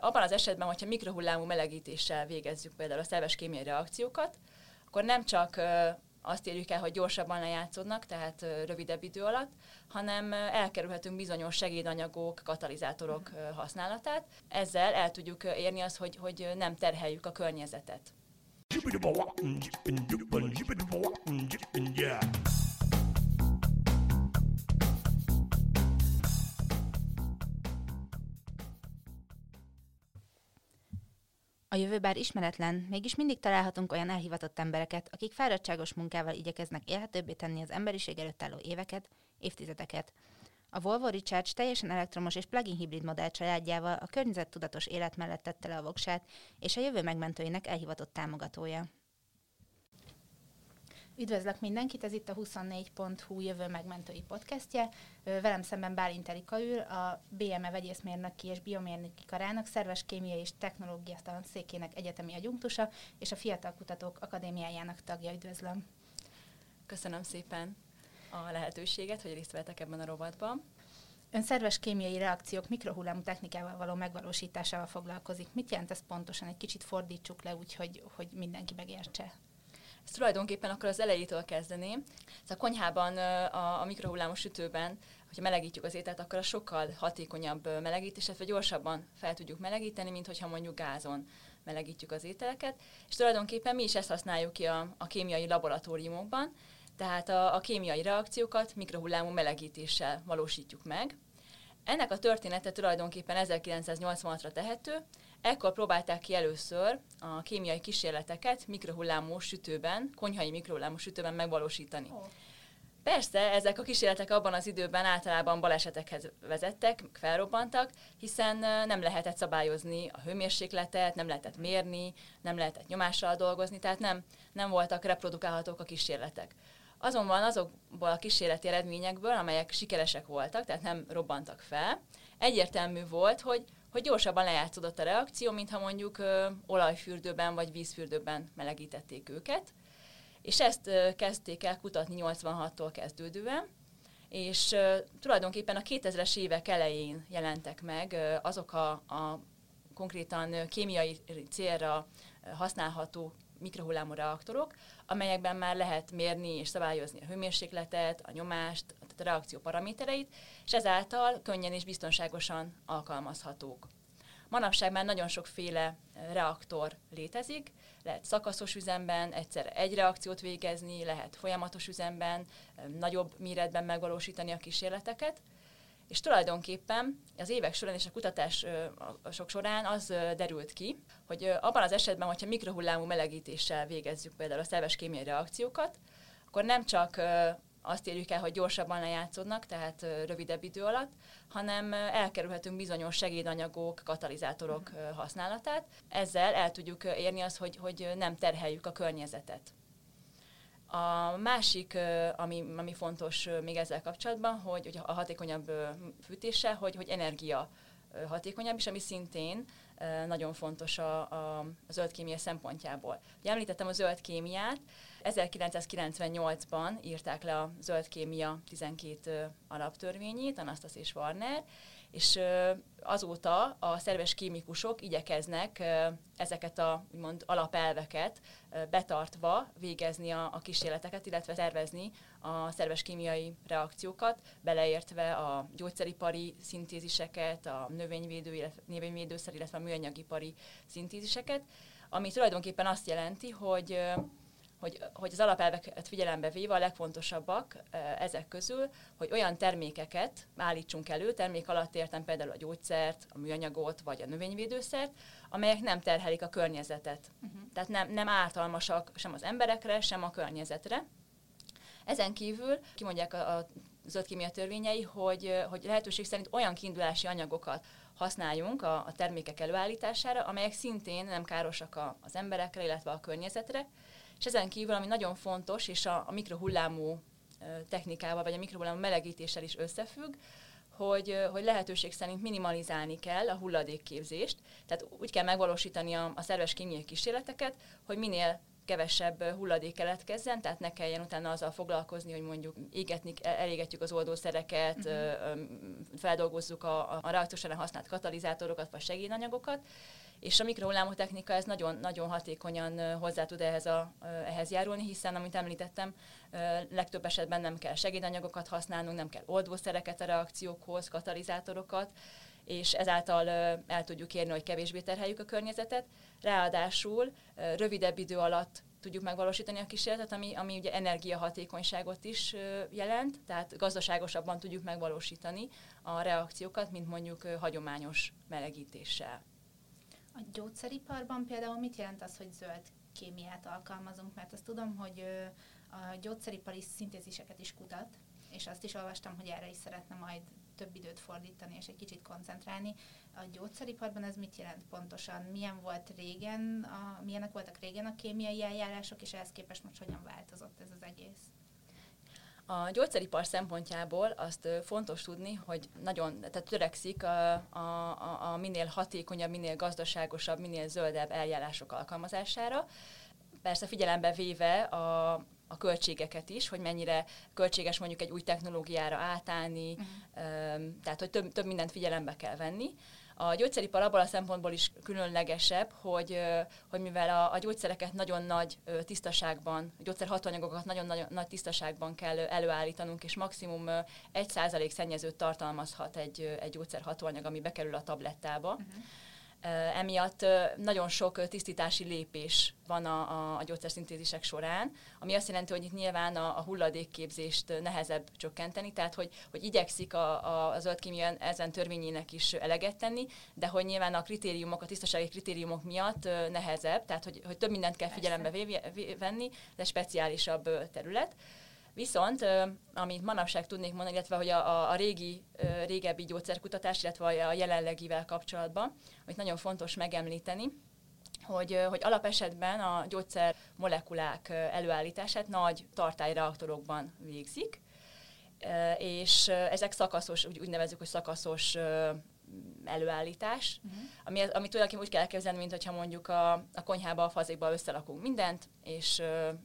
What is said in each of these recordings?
Abban az esetben, hogyha mikrohullámú melegítéssel végezzük például a szerves kémiai reakciókat, akkor nem csak azt érjük el, hogy gyorsabban lejátszódnak, tehát rövidebb idő alatt, hanem elkerülhetünk bizonyos segédanyagok, katalizátorok használatát. Ezzel el tudjuk érni azt, hogy nem terheljük a környezetet. A jövő bár ismeretlen, mégis mindig találhatunk olyan elhivatott embereket, akik fáradtságos munkával igyekeznek élhetőbbé tenni az emberiség előtt álló éveket, évtizedeket. A Volvo Recharge teljesen elektromos és plug-in hibrid modell családjával a környezettudatos élet mellett tette le a voksát, és a jövő megmentőinek elhivatott támogatója. Üdvözlök mindenkit, ez itt a 24.hu jövő megmentői podcastje. Velem szemben Bálint Erika ül, a BME vegyészmérnöki és biomérnöki karának szerves kémiai és technológia tanszékének egyetemi adjunktusa és a Fiatal Kutatók Akadémiájának tagja. Üdvözlöm! Köszönöm szépen a lehetőséget, hogy részt vettek ebben a rovatban. Ön szerves kémiai reakciók mikrohullámú technikával való megvalósításával foglalkozik. Mit jelent ez pontosan? Egy kicsit fordítsuk le úgy, hogy mindenki megértse. Ezt tulajdonképpen akkor az elejétől kezdeném. A konyhában, a mikrohullámos sütőben, hogyha melegítjük az ételt, akkor a sokkal hatékonyabb melegítés, illetve gyorsabban fel tudjuk melegíteni, mint hogyha mondjuk gázon melegítjük az ételeket. És tulajdonképpen mi is ezt használjuk ki a kémiai laboratóriumokban, tehát a kémiai reakciókat mikrohullámú melegítéssel valósítjuk meg. Ennek a története tulajdonképpen 1986-ra tehető. Ekkor próbálták ki először a kémiai kísérleteket mikrohullámú sütőben, konyhai mikrohullámú sütőben megvalósítani. Persze, ezek a kísérletek abban az időben általában balesetekhez vezettek, felrobbantak, hiszen nem lehetett szabályozni a hőmérsékletet, nem lehetett mérni, nem lehetett nyomással dolgozni, tehát nem voltak reprodukálhatók a kísérletek. Azonban azokból a kísérleti eredményekből, amelyek sikeresek voltak, tehát nem robbantak fel, egyértelmű volt, hogy gyorsabban lejátszódott a reakció, mintha mondjuk olajfürdőben vagy vízfürdőben melegítették őket. És ezt kezdték el kutatni 86-tól kezdődően, és tulajdonképpen a 2000-es évek elején jelentek meg azok a konkrétan kémiai célra használható mikrohullámú reaktorok, amelyekben már lehet mérni és szabályozni a hőmérsékletet, a nyomást, tehát a reakció paramétereit, és ezáltal könnyen és biztonságosan alkalmazhatók. Manapság már nagyon sokféle reaktor létezik, lehet szakaszos üzemben egyszerre egy reakciót végezni, lehet folyamatos üzemben, nagyobb méretben megvalósítani a kísérleteket, és tulajdonképpen az évek során és a kutatások során az derült ki, hogy abban az esetben, hogyha mikrohullámú melegítéssel végezzük például a szerves kémiai reakciókat, akkor nem csak azt érjük el, hogy gyorsabban lejátszódnak, tehát rövidebb idő alatt, hanem elkerülhetünk bizonyos segédanyagok, katalizátorok használatát. Ezzel el tudjuk érni azt, hogy nem terheljük a környezetet. A másik, ami fontos még ezzel kapcsolatban, hogy a hatékonyabb fűtéssel, hogy energia hatékonyabb is, ami szintén nagyon fontos a zöld kémia szempontjából. Ugye említettem a zöld kémiát, 1998-ban írták le a zöld kémia 12 alaptörvényét, Anastas és Warner, és azóta a szerves kémikusok igyekeznek ezeket a úgymond alapelveket betartva végezni a kísérleteket, illetve tervezni a szerves kémiai reakciókat, beleértve a gyógyszeripari szintéziseket, a növényvédőszer, illetve a műanyagipari szintéziseket, ami tulajdonképpen azt jelenti, hogy az alapelveket figyelembe véve a legfontosabbak ezek közül, hogy olyan termékeket állítsunk elő, termék alatt értem például a gyógyszert, a műanyagot vagy a növényvédőszert, amelyek nem terhelik a környezetet. Tehát nem ártalmasak sem az emberekre, sem a környezetre. Ezen kívül kimondják a zöld kémia törvényei, hogy lehetőség szerint olyan kiindulási anyagokat használjunk a termékek előállítására, amelyek szintén nem károsak az emberekre, illetve a környezetre. És ezen kívül, ami nagyon fontos, és a mikrohullámú technikával, vagy a mikrohullámú melegítéssel is összefügg, hogy lehetőség szerint minimalizálni kell a hulladékképzést, tehát úgy kell megvalósítani a szerves kémiai kísérleteket, hogy minél kevesebb hulladék keletkezzen, tehát ne kelljen utána azzal foglalkozni, hogy mondjuk elégetjük az oldószereket, feldolgozzuk a reakció során használt katalizátorokat vagy segédanyagokat, és a mikrohullámú technika ez nagyon, nagyon hatékonyan hozzá tud ehhez járulni, hiszen, amit említettem, legtöbb esetben nem kell segédanyagokat használnunk, nem kell oldószereket a reakciókhoz, katalizátorokat, és ezáltal el tudjuk érni, hogy kevésbé terheljük a környezetet. Ráadásul rövidebb idő alatt tudjuk megvalósítani a kísérletet, ami ugye energiahatékonyságot is jelent, tehát gazdaságosabban tudjuk megvalósítani a reakciókat, mint mondjuk hagyományos melegítéssel. A gyógyszeriparban például mit jelent az, hogy zöld kémiát alkalmazunk? Mert azt tudom, hogy a gyógyszeripari szintéziseket is kutat, és azt is olvastam, hogy erre is szeretne majd több időt fordítani és egy kicsit koncentrálni. A gyógyszeriparban ez mit jelent pontosan? Milyenek voltak régen a kémiai eljárások, és ehhez képest most hogyan változott ez az egész? A gyógyszeripar szempontjából azt fontos tudni, hogy tehát törekszik a minél hatékonyabb, minél gazdaságosabb, minél zöldebb eljárások alkalmazására. Persze figyelembe véve a költségeket is, hogy mennyire költséges mondjuk egy új technológiára átállni, tehát hogy több mindent figyelembe kell venni. A gyógyszeripar abban a szempontból is különlegesebb, hogy mivel a gyógyszereket nagyon nagy tisztaságban, a gyógyszerhatóanyagokat nagyon nagy tisztaságban kell előállítanunk, és maximum 1% szennyezőt tartalmazhat egy gyógyszerhatóanyag, ami bekerül a tablettába. Emiatt nagyon sok tisztítási lépés van a gyógyszerszintézisek során, ami azt jelenti, hogy itt nyilván a hulladékképzést nehezebb csökkenteni, tehát hogy igyekszik a zöld kémia ezen törvényének is eleget tenni, de hogy nyilván a tisztasági kritériumok miatt nehezebb, tehát hogy több mindent kell figyelembe venni, de speciálisabb terület. Viszont, amit manapság tudnék mondani, illetve hogy a régebbi gyógyszerkutatás, illetve a jelenlegivel kapcsolatban, amit nagyon fontos megemlíteni, hogy alapesetben a gyógyszer molekulák előállítását nagy tartályreaktorokban végzik, és ezek szakaszos, úgy nevezzük, hogy szakaszos előállítás, ami tulajdonképpen úgy kell elképzelni, mint hogyha mondjuk a konyhába, a fazékba összelakunk mindent, és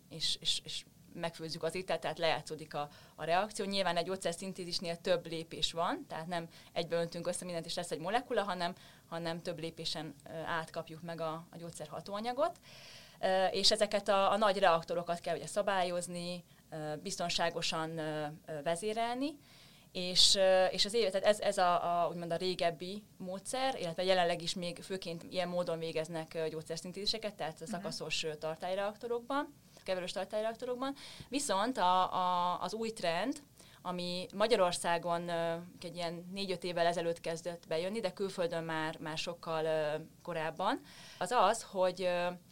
megfőzzük az ételt, tehát lejátszódik a reakció. Nyilván egy gyógyszerszintézisnél több lépés van, tehát nem egybe öntünk össze mindent, és lesz egy molekula, hanem több lépésen átkapjuk meg a gyógyszer hatóanyagot. És ezeket a nagy reaktorokat kell ugye szabályozni, biztonságosan vezérelni, és tehát ez úgymond a régebbi módszer, illetve jelenleg is még főként ilyen módon végeznek gyógyszerszintéziseket, tehát a szakaszos tartályreaktorokban, keverős tartályreaktorokban. Viszont az új trend, ami Magyarországon egy ilyen 4-5 évvel ezelőtt kezdett bejönni, de külföldön már sokkal korábban, az, hogy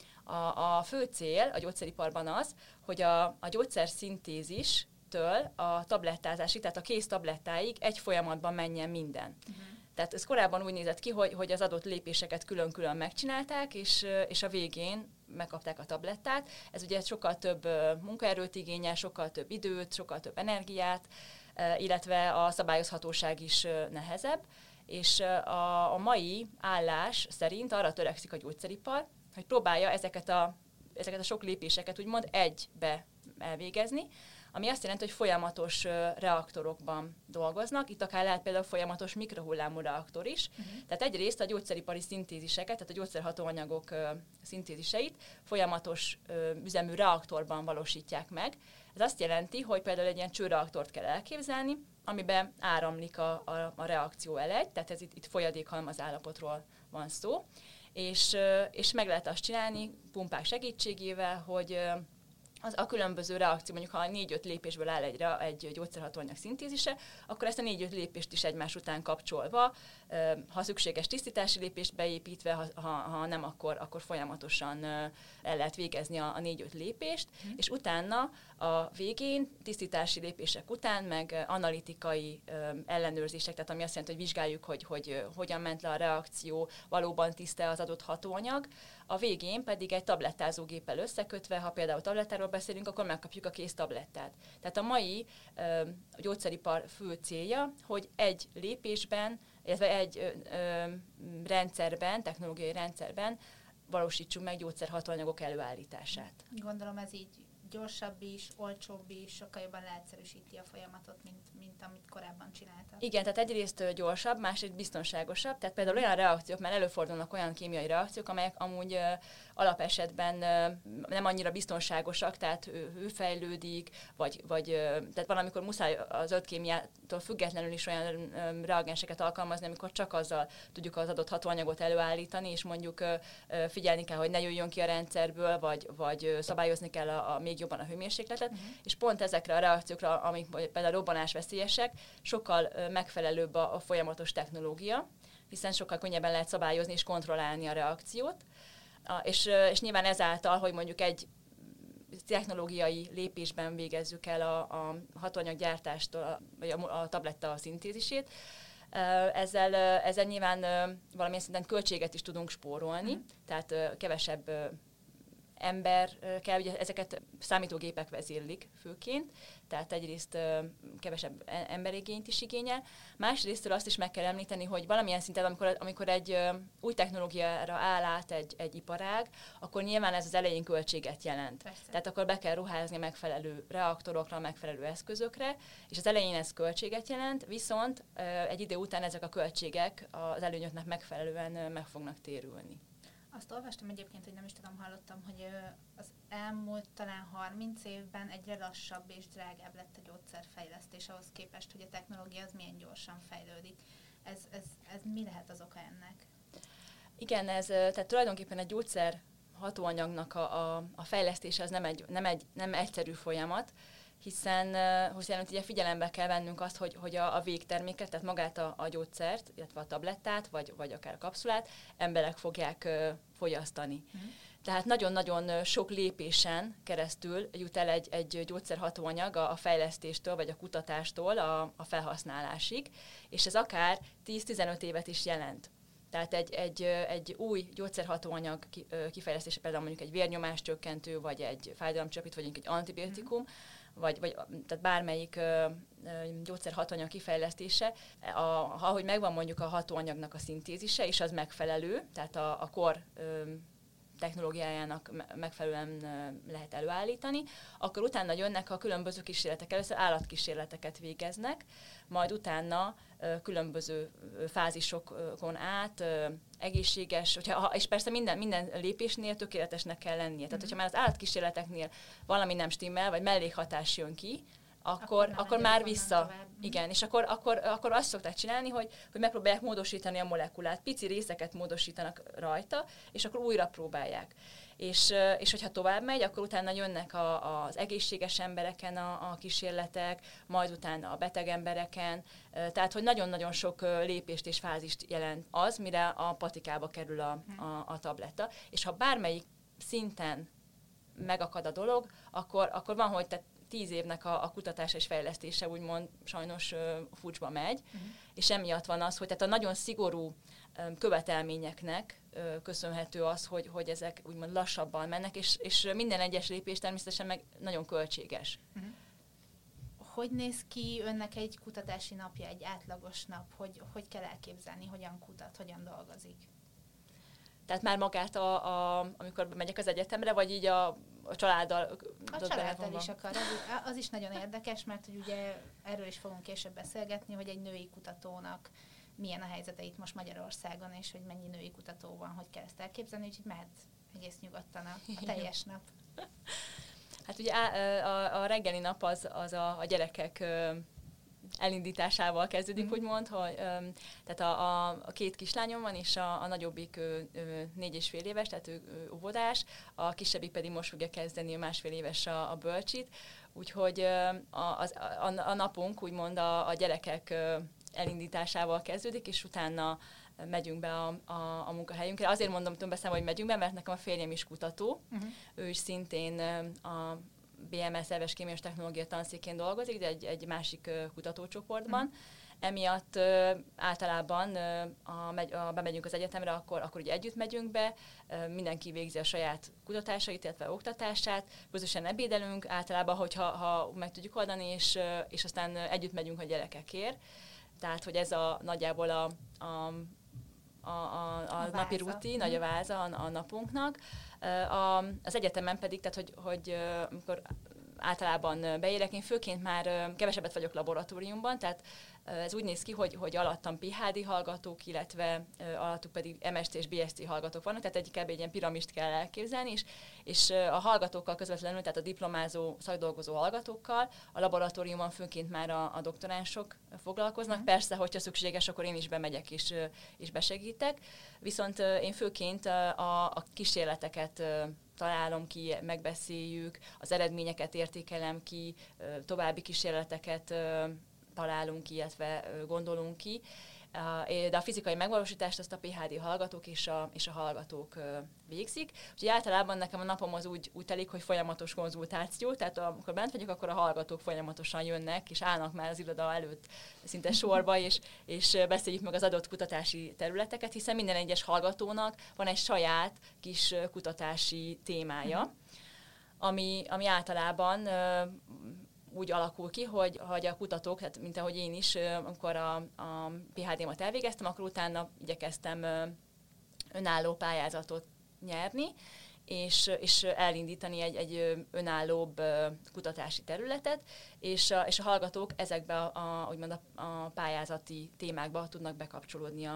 a fő cél a gyógyszeriparban az, hogy a gyógyszerszintézistől a tablettázásig, tehát a kész tablettáig egy folyamatban menjen minden. Tehát ez korábban úgy nézett ki, hogy az adott lépéseket külön-külön megcsinálták, és a végén megkapták a tablettát. Ez ugye sokkal több munkaerőt igényel, sokkal több időt, sokkal több energiát, illetve a szabályozhatóság is nehezebb. És a mai állás szerint arra törekszik a gyógyszeripar, hogy próbálja ezeket a sok lépéseket úgymond egybe elvégezni, ami azt jelenti, hogy folyamatos reaktorokban dolgoznak. Itt akár lehet például folyamatos mikrohullámú reaktor is. Tehát egyrészt a gyógyszeripari szintéziseket, tehát a gyógyszerhatóanyagok szintéziseit folyamatos üzemű reaktorban valósítják meg. Ez azt jelenti, hogy például egy ilyen csőreaktort kell elképzelni, amiben áramlik a reakció elegy, tehát ez itt folyadékhalmaz állapotról van szó. És meg lehet azt csinálni pumpák segítségével, hogy a különböző reakció, mondjuk ha 4-5 lépésből áll egy gyógyszerhatóanyag szintézise, akkor ezt a 4-5 lépést is egymás után kapcsolva, ha szükséges tisztítási lépést beépítve, ha nem, akkor folyamatosan el lehet végezni a 4-5 lépést, és utána a végén, tisztítási lépések után, meg analitikai ellenőrzések, tehát ami azt jelenti, hogy vizsgáljuk, hogy hogyan ment le a reakció, valóban tiszta az adott hatóanyag, a végén pedig egy tablettázógéppel összekötve, ha például tablettáról beszélünk, akkor megkapjuk a kész tablettát. Tehát a mai gyógyszeripar fő célja, hogy egy lépésben, illetve egy rendszerben, technológiai rendszerben valósítsunk meg gyógyszerhatóanyagok előállítását. Gondolom ez így gyorsabb is, olcsóbb is, sokkal jobban leegyszerűsíti a folyamatot, mint amit korábban csináltak. Igen, tehát egyrészt gyorsabb, másrészt biztonságosabb. Tehát például olyan reakciók, mert előfordulnak olyan kémiai reakciók, amelyek amúgy alapesetben nem annyira biztonságosak, tehát ő fejlődik, vagy tehát valamikor muszáj az ödkémiától függetlenül is olyan reagenseket alkalmazni, amikor csak azzal tudjuk az adott hatóanyagot előállítani, és mondjuk figyelni kell, hogy ne jöjjön ki a rendszerből, vagy szabályozni kell még jobban a hőmérsékletet, és pont ezekre a reakciókra, amik például robbanásveszélyesek, sokkal megfelelőbb a folyamatos technológia, hiszen sokkal könnyebben lehet szabályozni és kontrollálni a reakciót, és nyilván ezáltal, hogy mondjuk egy technológiai lépésben végezzük el a hatóanyaggyártástól, vagy a tabletta szintézisét, ezzel nyilván valamilyen szinten költséget is tudunk spórolni, tehát kevesebb ember kell, ugye ezeket számítógépek vezérlik főként, tehát egyrészt kevesebb emberigényt is igényel. Másrésztől azt is meg kell említeni, hogy valamilyen szinten, amikor egy új technológiára áll át egy iparág, akkor nyilván ez az elején költséget jelent. Persze. Tehát akkor be kell ruházni megfelelő reaktorokra, megfelelő eszközökre, és az elején ez költséget jelent, viszont egy idő után ezek a költségek az előnyöknek megfelelően meg fognak térülni. Azt olvastam egyébként, hogy nem is tudom, hallottam, hogy az elmúlt talán 30 évben egyre lassabb és drágább lett a gyógyszerfejlesztés ahhoz képest, hogy a technológia az milyen gyorsan fejlődik. Ez mi lehet az oka ennek? Igen, tehát tulajdonképpen egy gyógyszer hatóanyagnak a fejlesztése az nem egyszerű folyamat, hiszen ugye figyelembe kell vennünk azt, hogy a végterméket, tehát magát a gyógyszert, illetve a tablettát, vagy akár a kapszulát emberek fogják fogyasztani. Tehát nagyon-nagyon sok lépésen keresztül jut el egy gyógyszerhatóanyag a fejlesztéstől, vagy a kutatástól a felhasználásig, és ez akár 10-15 évet is jelent. Tehát egy új gyógyszerhatóanyag kifejlesztése, például mondjuk egy vérnyomáscsökkentő, vagy egy fájdalomcsillapító, vagy egy antibiotikum, vagy tehát bármelyik gyógyszerhatóanyag kifejlesztése, ahogy megvan mondjuk a hatóanyagnak a szintézise, és az megfelelő, tehát a kor technológiájának megfelelően lehet előállítani, akkor utána jönnek a különböző kísérletek. Először állatkísérleteket végeznek, majd utána különböző fázisokon át egészséges, és persze minden lépésnél tökéletesnek kell lennie. Tehát, hogyha már az állatkísérleteknél valami nem stimmel, vagy mellékhatás jön ki, akkor már vissza. Igen, és akkor azt szokták csinálni, hogy megpróbálják módosítani a molekulát. Pici részeket módosítanak rajta, és akkor újra próbálják. És hogyha tovább megy, akkor utána jönnek az egészséges embereken a kísérletek, majd utána a beteg embereken. Tehát, hogy nagyon-nagyon sok lépést és fázist jelent az, mire a patikába kerül a tabletta. És ha bármelyik szinten megakad a dolog, akkor van, hogy 10 évnek a kutatás és fejlesztése úgymond sajnos fucsba megy, és emiatt van az, hogy tehát a nagyon szigorú követelményeknek köszönhető az, hogy ezek úgymond lassabban mennek, és minden egyes lépés természetesen meg nagyon költséges. Hogy néz ki önnek egy kutatási napja, egy átlagos nap? Hogy kell elképzelni, hogyan kutat, hogyan dolgozik? Tehát már magát, amikor megyek az egyetemre, vagy így a családdal? A családdal is akar. Az is nagyon érdekes, mert hogy ugye erről is fogunk később beszélgetni, hogy egy női kutatónak milyen a helyzete itt most Magyarországon, és hogy mennyi női kutató van, hogy kell ezt elképzelni, úgyhogy mehet egész nyugodtan a teljes nap. Hát ugye a reggeli nap az a gyerekek elindításával kezdődik, úgymond, hogy tehát a két kislányom van, és a nagyobbik 4,5 éves, tehát ő óvodás, a kisebbik pedig most fogja kezdeni, a 1,5 éves a bölcsit, úgyhogy a napunk úgymond a gyerekek elindításával kezdődik, és utána megyünk be a munkahelyünkre. Azért mondom többeszem, hogy megyünk be, mert nekem a férjem is kutató, ő is szintén a BMS szerves kémiai technológia tanszékén dolgozik, de egy másik kutatócsoportban. Emiatt általában bemegyünk az egyetemre, akkor ugye együtt megyünk be, mindenki végzi a saját kutatásait, illetve oktatását, közösen ebédelünk, általában, hogyha meg tudjuk oldani, és aztán együtt megyünk a gyerekekért. Tehát, hogy ez nagyjából a napi rutin, nagy a váza a napunknak. Az egyetemen pedig, tehát hogy amikor általában beérek, én főként már kevesebbet vagyok laboratóriumban, tehát ez úgy néz ki, hogy alattam PhD hallgatók, illetve alattuk pedig MST és BSc hallgatók vannak, tehát egy ilyen piramist kell elképzelni, és a hallgatókkal közvetlenül, tehát a diplomázó, szakdolgozó hallgatókkal a laboratóriumban főként már a doktoránsok foglalkoznak. Persze, hogyha szükséges, akkor én is bemegyek és besegítek, viszont én főként a kísérleteket találom ki, megbeszéljük, az eredményeket értékelem ki, további kísérleteket találunk ki, illetve gondolunk ki. De a fizikai megvalósítást azt a PhD hallgatók és a hallgatók végzik. Úgyhogy általában nekem a napom az úgy telik, hogy folyamatos konzultáció, tehát amikor bent vagyok, akkor a hallgatók folyamatosan jönnek, és állnak már az iroda előtt szinte sorba, és beszéljük meg az adott kutatási területeket, hiszen minden egyes hallgatónak van egy saját kis kutatási témája, ami általában úgy alakul ki, hogy a kutatók, tehát mint ahogy én is, amikor a PhD-mat elvégeztem, akkor utána igyekeztem önálló pályázatot nyerni, és elindítani egy önállóbb kutatási területet, és a hallgatók ezekbe úgymond a pályázati témákba tudnak bekapcsolódni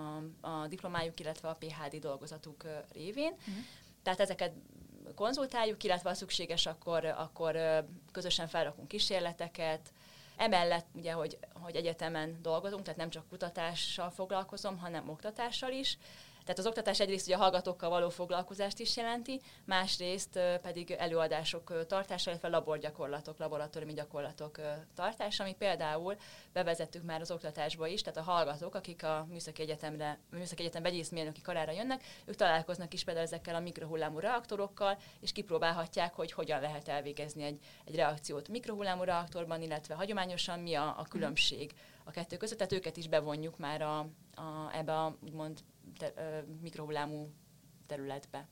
a diplomájuk, illetve a PhD dolgozatuk révén. Tehát ezeket konzultáljuk, illetve ha szükséges, akkor közösen felrakunk kísérleteket. Emellett ugye, hogy egyetemen dolgozunk, tehát nem csak kutatással foglalkozom, hanem oktatással is. Tehát az oktatás egyrészt ugye a hallgatókkal való foglalkozást is jelenti, másrészt pedig előadások tartása, illetve laboratóriumi gyakorlatok tartása, ami például bevezettük már az oktatásba is, tehát a hallgatók, akik a Műszaki Egyetem vegyészmérnöki karára jönnek, ők találkoznak is például ezekkel a mikrohullámú reaktorokkal, és kipróbálhatják, hogy hogyan lehet elvégezni egy reakciót mikrohullámú reaktorban, illetve hagyományosan mi a különbség a kettő között, tehát őket is bevonjuk már ebbe a úgymond mikrohullámú területbe.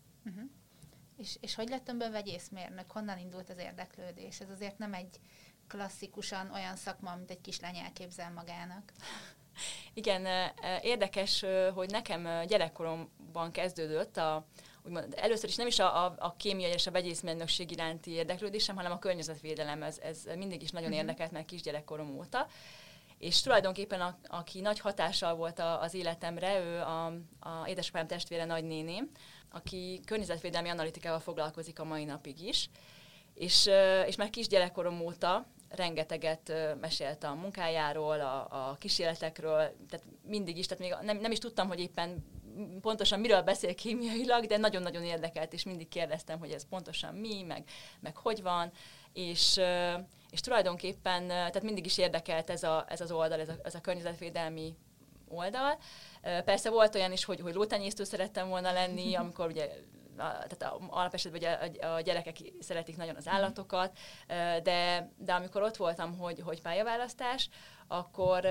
És hogy lett önből vegyészmérnök? Honnan indult az érdeklődés? Ez azért nem egy klasszikusan olyan szakma, mint egy kislány elképzel magának. Igen, érdekes, hogy nekem gyerekkoromban kezdődött úgymond, először is nem is a kémiai és a vegyészmérnökség iránti érdeklődésem, hanem a környezetvédelem. Ez mindig is nagyon érdekelt meg kisgyerekkorom óta. És tulajdonképpen aki nagy hatással volt az életemre, ő a édesapám testvére nagynéném, aki környezetvédelmi analitikával foglalkozik a mai napig is. És már kisgyerekkorom óta rengeteget mesélt a munkájáról, a kísérletekről, tehát mindig is, tehát még nem is tudtam, hogy éppen pontosan miről beszél kémiailag, de nagyon-nagyon érdekelt, és mindig kérdeztem, hogy ez pontosan mi, meg hogy van, és tulajdonképpen tehát mindig is érdekelt ez az oldal, ez a környezetvédelmi oldal. Persze volt olyan is, hogy lótenyésztő szerettem volna lenni, amikor ugye tehát alapesetben a gyerekek szeretik nagyon az állatokat, de amikor ott voltam, hogy pályaválasztás, akkor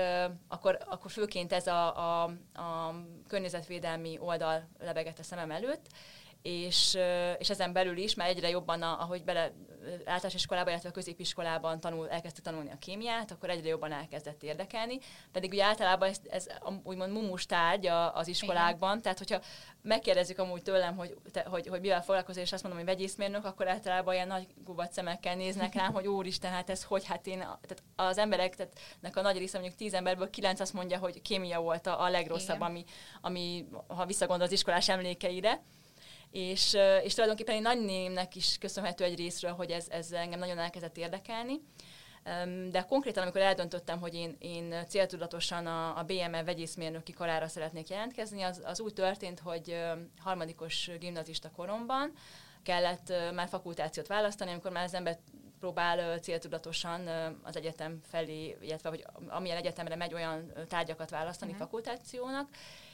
főként ez a környezetvédelmi oldal lebegett a szemem előtt, és ezen belül is már egyre jobban, ahogy általános iskolában, illetve a középiskolában elkezdtük tanulni a kémiát, akkor egyre jobban elkezdett érdekelni. Pedig ugye általában ez úgymond mumus tárgy az iskolákban, igen. Tehát hogyha megkérdezzük amúgy tőlem, hogy mivel foglalkozol, és azt mondom, hogy vegyészmérnök, akkor általában ilyen nagy gubat szemekkel néznek rám, hogy úristen, hát ez hogy, tehát az embereknek a nagy része, mondjuk 10 emberből 9 azt mondja, hogy kémia volt a legrosszabb, ami ha visszagondol az iskolás emlékeire. És tulajdonképpen én nagynémnek is köszönhető egy részről, hogy ez engem nagyon elkezdett érdekelni. De konkrétan, amikor eldöntöttem, hogy én céltudatosan a BME vegyészmérnöki karára szeretnék jelentkezni, az úgy történt, hogy harmadikos gimnazista koromban kellett már fakultációt választani, amikor már az ember próbál céltudatosan az egyetem felé, illetve hogy amilyen egyetemre megy, olyan tárgyakat választani fakultációnak.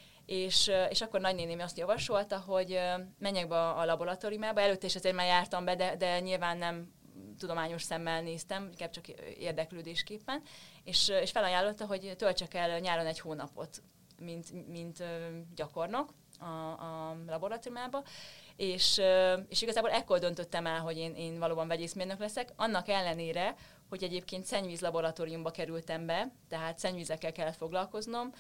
És akkor nagynéném azt javasolta, hogy menjek be a laboratóriumába. Előtte is azért már jártam be, de nyilván nem tudományos szemmel néztem, inkább csak érdeklődésképpen. És felajánlotta, hogy töltsek el nyáron egy hónapot, mint gyakornok a laboratóriumába. És igazából ekkor döntöttem el, hogy én valóban vegyészmérnök leszek. Annak ellenére, hogy egyébként szennyvíz laboratóriumba kerültem be, tehát szennyvízekkel kellett foglalkoznom,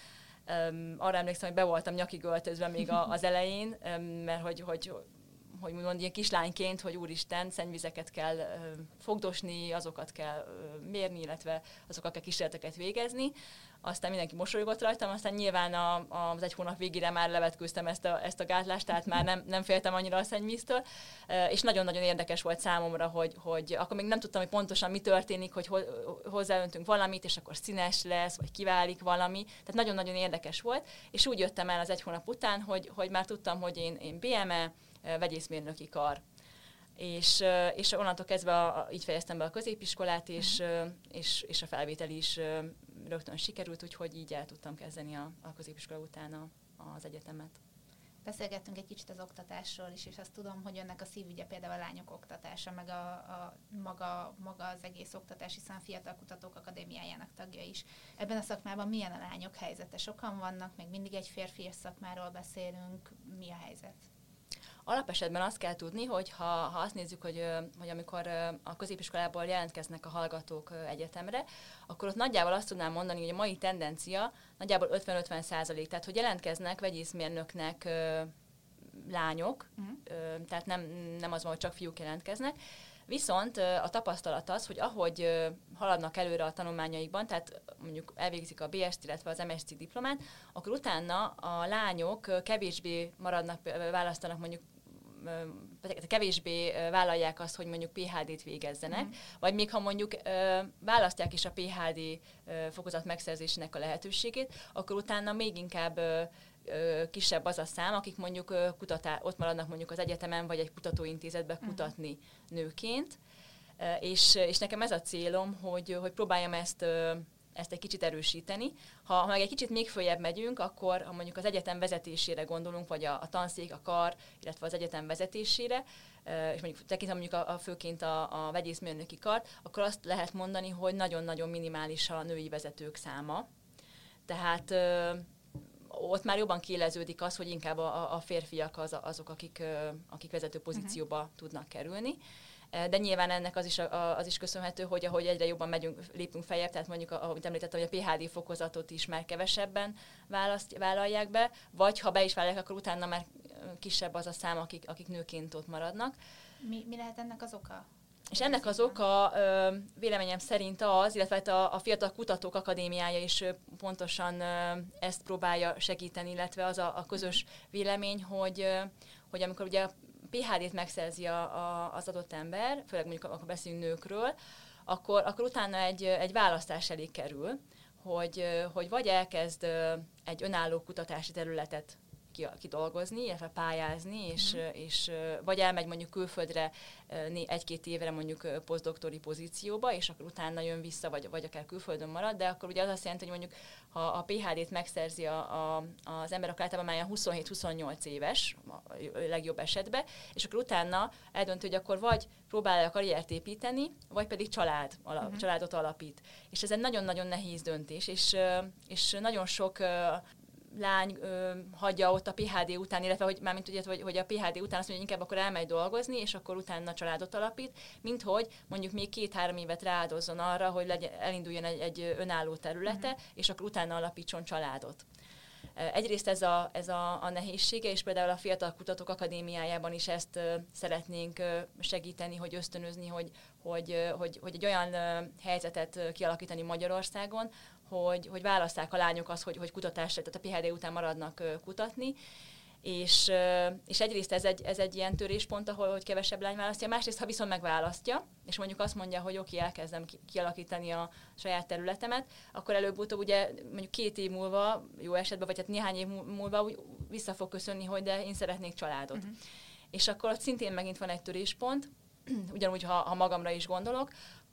Arra emlékszem, hogy be voltam nyakig öltözve még az elején, mert hogy mondjam, ilyen kislányként, hogy úristen, szennyvizeket kell fogdosni, azokat kell mérni, illetve azokkal kell kísérleteket végezni. Aztán mindenki mosolygott rajtam, aztán nyilván az egy hónap végére már levetkőztem ezt a gátlást, tehát már nem féltem annyira a szennyvíztől, és nagyon-nagyon érdekes volt számomra, hogy akkor még nem tudtam, hogy pontosan mi történik, hogy hozzáöntünk valamit, és akkor színes lesz, vagy kiválik valami. Tehát nagyon-nagyon érdekes volt, és úgy jöttem el az egy hónap után, hogy már tudtam, hogy én BME, vegyészmérnöki kar. És onnantól kezdve így fejeztem be a középiskolát, és a felvétel is rögtön sikerült, úgyhogy így el tudtam kezdeni a középiskola után az egyetemet. Beszélgettünk egy kicsit az oktatásról is, és azt tudom, hogy önnek a szívügye például a lányok oktatása, meg a maga az egész oktatás, hiszen a Fiatal Kutatók Akadémiájának tagja is. Ebben a szakmában milyen a lányok helyzete? Sokan vannak, még mindig egy férfias szakmáról beszélünk. Mi a helyzet? Alapesetben azt kell tudni, hogy ha azt nézzük, hogy amikor a középiskolából jelentkeznek a hallgatók egyetemre, akkor ott nagyjából azt tudnám mondani, hogy a mai tendencia nagyjából 50-50%, tehát hogy jelentkeznek vegyészmérnöknek lányok, tehát nem az van, hogy csak fiúk jelentkeznek, viszont a tapasztalat az, hogy ahogy haladnak előre a tanulmányaikban, tehát mondjuk elvégzik a BSc, illetve az MSc diplomát, akkor utána a lányok kevésbé választanak mondjuk, kevésbé vállalják azt, hogy mondjuk PhD-t végezzenek, vagy még ha mondjuk választják is a PhD fokozat megszerzésének a lehetőségét, akkor utána még inkább kisebb az a szám, akik mondjuk ott maradnak mondjuk az egyetemen, vagy egy kutatóintézetben kutatni nőként. És nekem ez a célom, hogy próbáljam ezt egy kicsit erősíteni. Ha meg egy kicsit még följebb megyünk, akkor ha mondjuk az egyetem vezetésére gondolunk, vagy a tanszék, a kar, illetve az egyetem vezetésére, és mondjuk tekintem mondjuk főként a vegyészmérnöki kart, akkor azt lehet mondani, hogy nagyon-nagyon minimális a női vezetők száma. Tehát ott már jobban kiéleződik az, hogy inkább a férfiak azok, akik vezető pozícióba tudnak kerülni. De nyilván ennek az is köszönhető, hogy ahogy egyre jobban lépünk feljebb, tehát mondjuk, ahogy említettem, hogy a PhD fokozatot is már kevesebben vállalják be, vagy ha be is vállalják, akkor utána már kisebb az a szám, akik nőként ott maradnak. Mi lehet ennek az oka? És ennek az oka véleményem szerint az, illetve a Fiatal Kutatók Akadémiája is pontosan ezt próbálja segíteni, illetve az a közös vélemény, hogy amikor ugye a PhD-t megszerzi az adott ember, főleg mondjuk akkor beszélünk nőkről, akkor utána egy választás elé kerül, hogy vagy elkezd egy önálló kutatási területet kidolgozni, illetve pályázni, és vagy elmegy mondjuk külföldre 1-2 évre mondjuk posztdoktori pozícióba, és akkor utána jön vissza, vagy akár külföldön marad, de akkor ugye az azt jelenti, hogy mondjuk ha a PhD-t megszerzi az ember, akkor általában már 27-28 éves, a legjobb esetben, és akkor utána eldöntő, hogy akkor vagy próbálja a karriert építeni, vagy pedig családot alapít. És ez egy nagyon-nagyon nehéz döntés, és nagyon sok lány hagyja ott a PhD után, illetve hogy a PhD után azt mondja, hogy inkább akkor elmegy dolgozni, és akkor utána családot alapít, mint hogy mondjuk még 2-3 évet rááldozzon arra, hogy elinduljon egy önálló területe, és akkor utána alapítson családot. Egyrészt ez a nehézsége, és például a Fiatal Kutatók Akadémiájában is ezt szeretnénk segíteni, hogy ösztönözni, hogy egy olyan helyzetet kialakítani Magyarországon, hogy válasszák a lányok azt, hogy kutatásra, tehát a PhD után maradnak kutatni, és egyrészt ez egy ilyen töréspont, ahol hogy kevesebb lány választja, másrészt, ha viszont megválasztja, és mondjuk azt mondja, hogy oké, elkezdem kialakítani a saját területemet, akkor előbb-utóbb ugye mondjuk 2 év múlva, jó esetben, vagy hát néhány év múlva vissza fog köszönni, hogy de én szeretnék családot. És akkor ott szintén megint van egy töréspont, ugyanúgy, ha magamra is gondolok,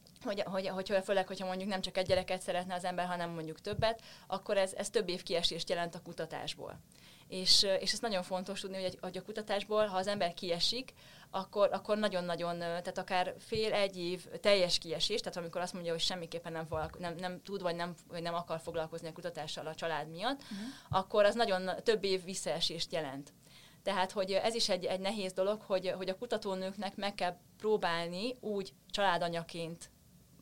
hogy főleg, hogyha mondjuk nem csak egy gyereket szeretne az ember, hanem mondjuk többet, akkor ez több év kiesést jelent a kutatásból. És ez nagyon fontos tudni, hogy a kutatásból, ha az ember kiesik, akkor nagyon-nagyon, tehát akár fél-egy év teljes kiesés, tehát amikor azt mondja, hogy semmiképpen nem tud, vagy nem akar foglalkozni a kutatással a család miatt, akkor az nagyon több év visszaesést jelent. Tehát, hogy ez is egy nehéz dolog, hogy a kutatónőknek meg kell próbálni úgy családanyaként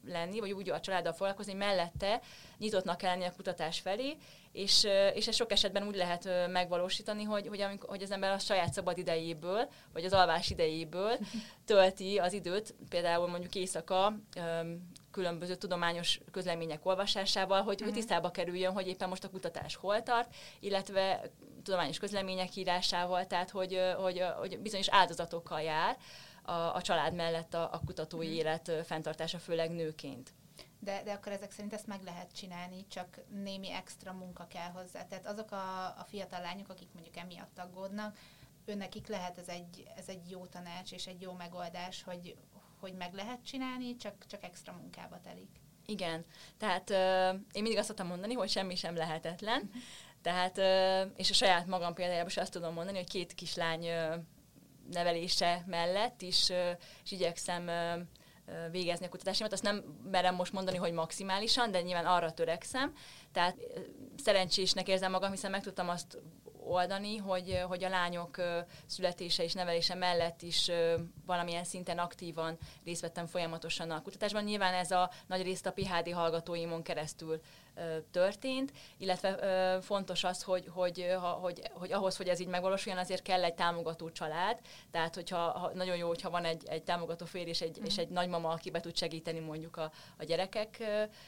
lenni, vagy úgy a családdal foglalkozni, mellette nyitottnak kell lenni a kutatás felé, és ezt sok esetben úgy lehet megvalósítani, hogy az ember a saját szabad idejéből, vagy az alvás idejéből tölti az időt, például mondjuk éjszaka különböző tudományos közlemények olvasásával, hogy tisztába kerüljön, hogy éppen most a kutatás hol tart, illetve tudományos közlemények írásával, tehát hogy bizonyos áldozatokkal jár a család mellett a kutatói élet fenntartása, főleg nőként. De akkor ezek szerint ezt meg lehet csinálni, csak némi extra munka kell hozzá. Tehát azok a fiatal lányok, akik mondjuk emiatt aggódnak, nekik lehet ez egy jó tanács és egy jó megoldás, hogy meg lehet csinálni, csak extra munkába telik. Igen, tehát én mindig azt szoktam mondani, hogy semmi sem lehetetlen, tehát, és a saját magam példájában is azt tudom mondani, hogy 2 kislány nevelése mellett is igyekszem végezni a kutatásimat. Azt nem merem most mondani, hogy maximálisan, de nyilván arra törekszem. Tehát szerencsésnek érzem magam, hiszen meg tudtam azt oldani, hogy a lányok születése és nevelése mellett is valamilyen szinten aktívan részt vettem folyamatosan a kutatásban. Nyilván ez a nagy részt a PhD hallgatóimon keresztül történt, illetve fontos az, hogy ahhoz, hogy ez így megvalósuljon, azért kell egy támogató család, tehát hogyha nagyon jó, hogyha van egy támogató férj és egy nagymama, aki be tud segíteni mondjuk a gyerekek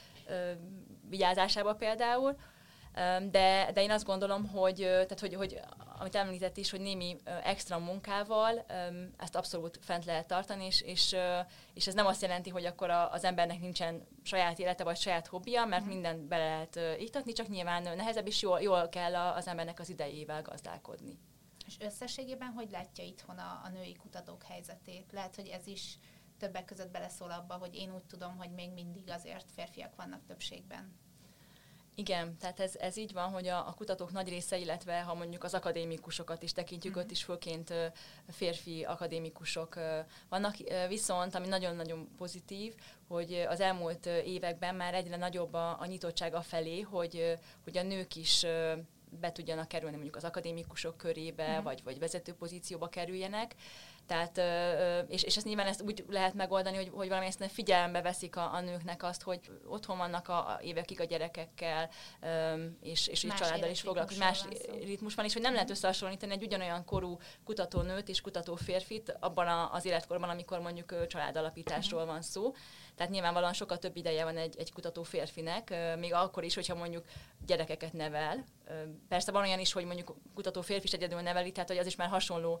vigyázásába például. De én azt gondolom, hogy amit említett is, hogy némi extra munkával ezt abszolút fent lehet tartani, és ez nem azt jelenti, hogy akkor az embernek nincsen saját élete vagy saját hobbija, mert mindent bele lehet iktatni, csak nyilván nehezebb, és jól kell az embernek az idejével gazdálkodni. És összességében hogy látja itthon a női kutatók helyzetét? Lehet, hogy ez is többek között beleszól abba, hogy én úgy tudom, hogy még mindig azért férfiak vannak többségben. Igen, tehát ez így van, hogy a kutatók nagy része, illetve ha mondjuk az akadémikusokat is tekintjük, ott is főként férfi akadémikusok vannak, viszont ami nagyon-nagyon pozitív, hogy az elmúlt években már egyre nagyobb a nyitottság afelé, hogy a nők is be tudjanak kerülni mondjuk az akadémikusok körébe, vagy vezető pozícióba kerüljenek. Tehát, és ezt nyilván ezt úgy lehet megoldani, hogy valamilyen szinten figyelembe veszik a nőknek azt, hogy otthon vannak a évekig a gyerekekkel, és így családdal is foglalkozik. Más ritmus van, és hogy nem lehet összehasonlítani egy ugyanolyan korú kutatónőt és kutatóférfit abban az életkorban, amikor mondjuk családalapításról van szó. Tehát nyilvánvalóan sokkal több ideje van egy kutató férfinek, még akkor is, hogyha mondjuk gyerekeket nevel. Persze van olyan is, hogy mondjuk kutató férfi is egyedül neveli, tehát hogy az is már hasonló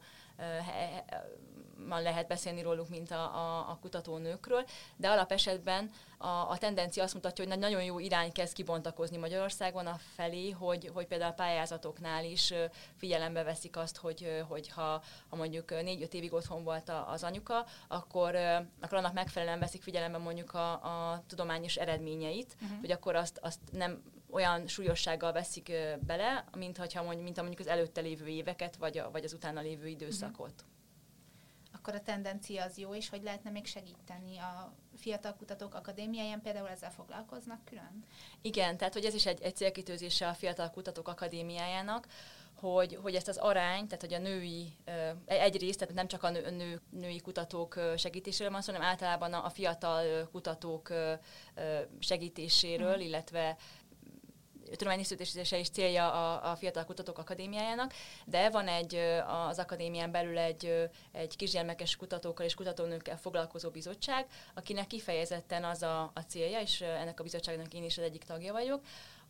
lehet beszélni róluk, mint a kutatónőkről, de alapesetben a tendencia azt mutatja, hogy nagyon jó irány kezd kibontakozni Magyarországon a felé, hogy például a pályázatoknál is figyelembe veszik azt, hogy ha mondjuk 4-5 évig otthon volt az anyuka, akkor annak megfelelően veszik figyelembe mondjuk a tudományos eredményeit, hogy akkor azt nem olyan súlyossággal veszik bele, mint mondjuk az előtte lévő éveket, vagy az utána lévő időszakot. Akkor a tendencia az jó, és hogy lehetne még segíteni a fiatal kutatók akadémiáján, például ezzel foglalkoznak külön? Igen, tehát hogy ez is egy célkitűzése a fiatal kutatók akadémiájának, hogy ezt az arányt, tehát hogy a női, egyrészt, tehát nem csak a női kutatók segítéséről van szó, hanem általában a fiatal kutatók segítéséről, illetve tudományintézése is célja a Fiatal Kutatók Akadémiájának, de van az akadémián belül egy kisgyermekes kutatókkal és kutatónőkkel foglalkozó bizottság, akinek kifejezetten az a célja, és ennek a bizottságnak én is az egyik tagja vagyok,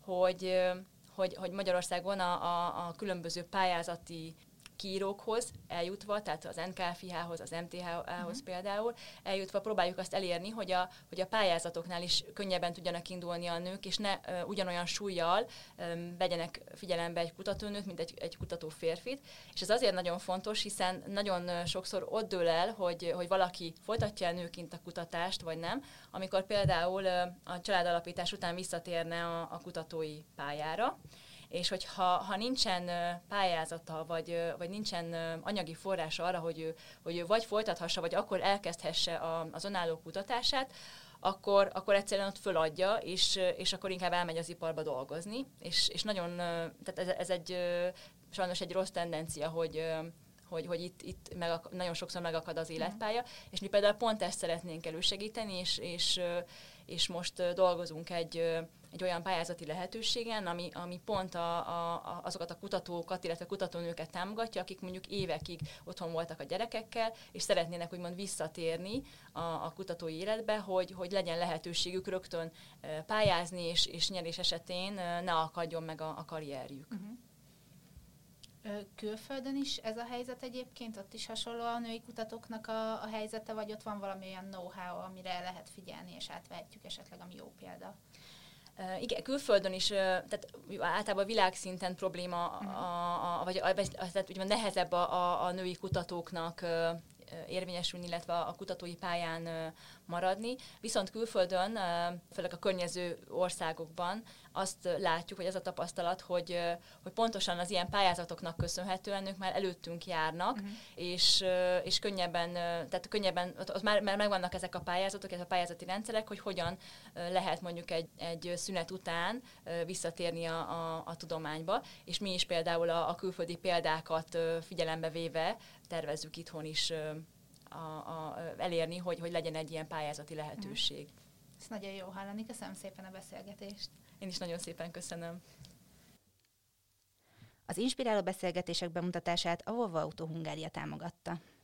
hogy Magyarországon a különböző pályázati kiírókhoz eljutva, tehát az NKFIH-hoz, az MTH-hoz például, eljutva próbáljuk azt elérni, hogy a pályázatoknál is könnyebben tudjanak indulni a nők, és ne ugyanolyan súllyal vegyenek figyelembe egy kutatónőt, mint egy kutató férfit. És ez azért nagyon fontos, hiszen nagyon sokszor ott dől el, hogy valaki folytatja el nőként a kutatást, vagy nem, amikor például a családalapítás után visszatérne a kutatói pályára, és hogyha nincsen pályázata, vagy nincsen anyagi forrása arra, hogy ő vagy folytathassa, vagy akkor elkezdhesse az önálló kutatását, akkor egyszerűen ott föladja, és akkor inkább elmegy az iparba dolgozni. És nagyon, tehát ez sajnos egy rossz tendencia, hogy itt nagyon sokszor megakad az életpálya, és mi például pont ezt szeretnénk elősegíteni, és most dolgozunk egy olyan pályázati lehetőségen, ami pont azokat a kutatókat, illetve kutatónőket támogatja, akik mondjuk évekig otthon voltak a gyerekekkel, és szeretnének úgymond visszatérni a kutatói életbe, hogy legyen lehetőségük rögtön pályázni, és nyerés esetén ne akadjon meg a karrierjük. Külföldön is ez a helyzet egyébként? Ott is hasonló a női kutatóknak a helyzete, vagy ott van valami olyan know-how, amire lehet figyelni, és átvehetjük esetleg, ami jó példa? Igen, külföldön is, tehát általában világszinten probléma, vagy tehát úgymond nehezebb a női kutatóknak érvényesülni, illetve a kutatói pályán maradni. Viszont külföldön, főleg a környező országokban azt látjuk, hogy ez a tapasztalat, hogy pontosan az ilyen pályázatoknak köszönhetően ők már előttünk járnak, és könnyebben ott már megvannak ezek a pályázatok, ezek a pályázati rendszerek, hogy hogyan lehet mondjuk egy szünet után visszatérni a tudományba, és mi is például a külföldi példákat figyelembe véve tervezzük itthon is elérni, hogy legyen egy ilyen pályázati lehetőség. Ez nagyon jó hallani, köszönöm szépen a beszélgetést. Én is nagyon szépen köszönöm. Az inspiráló beszélgetések bemutatását a Volvo Autó Hungária támogatta.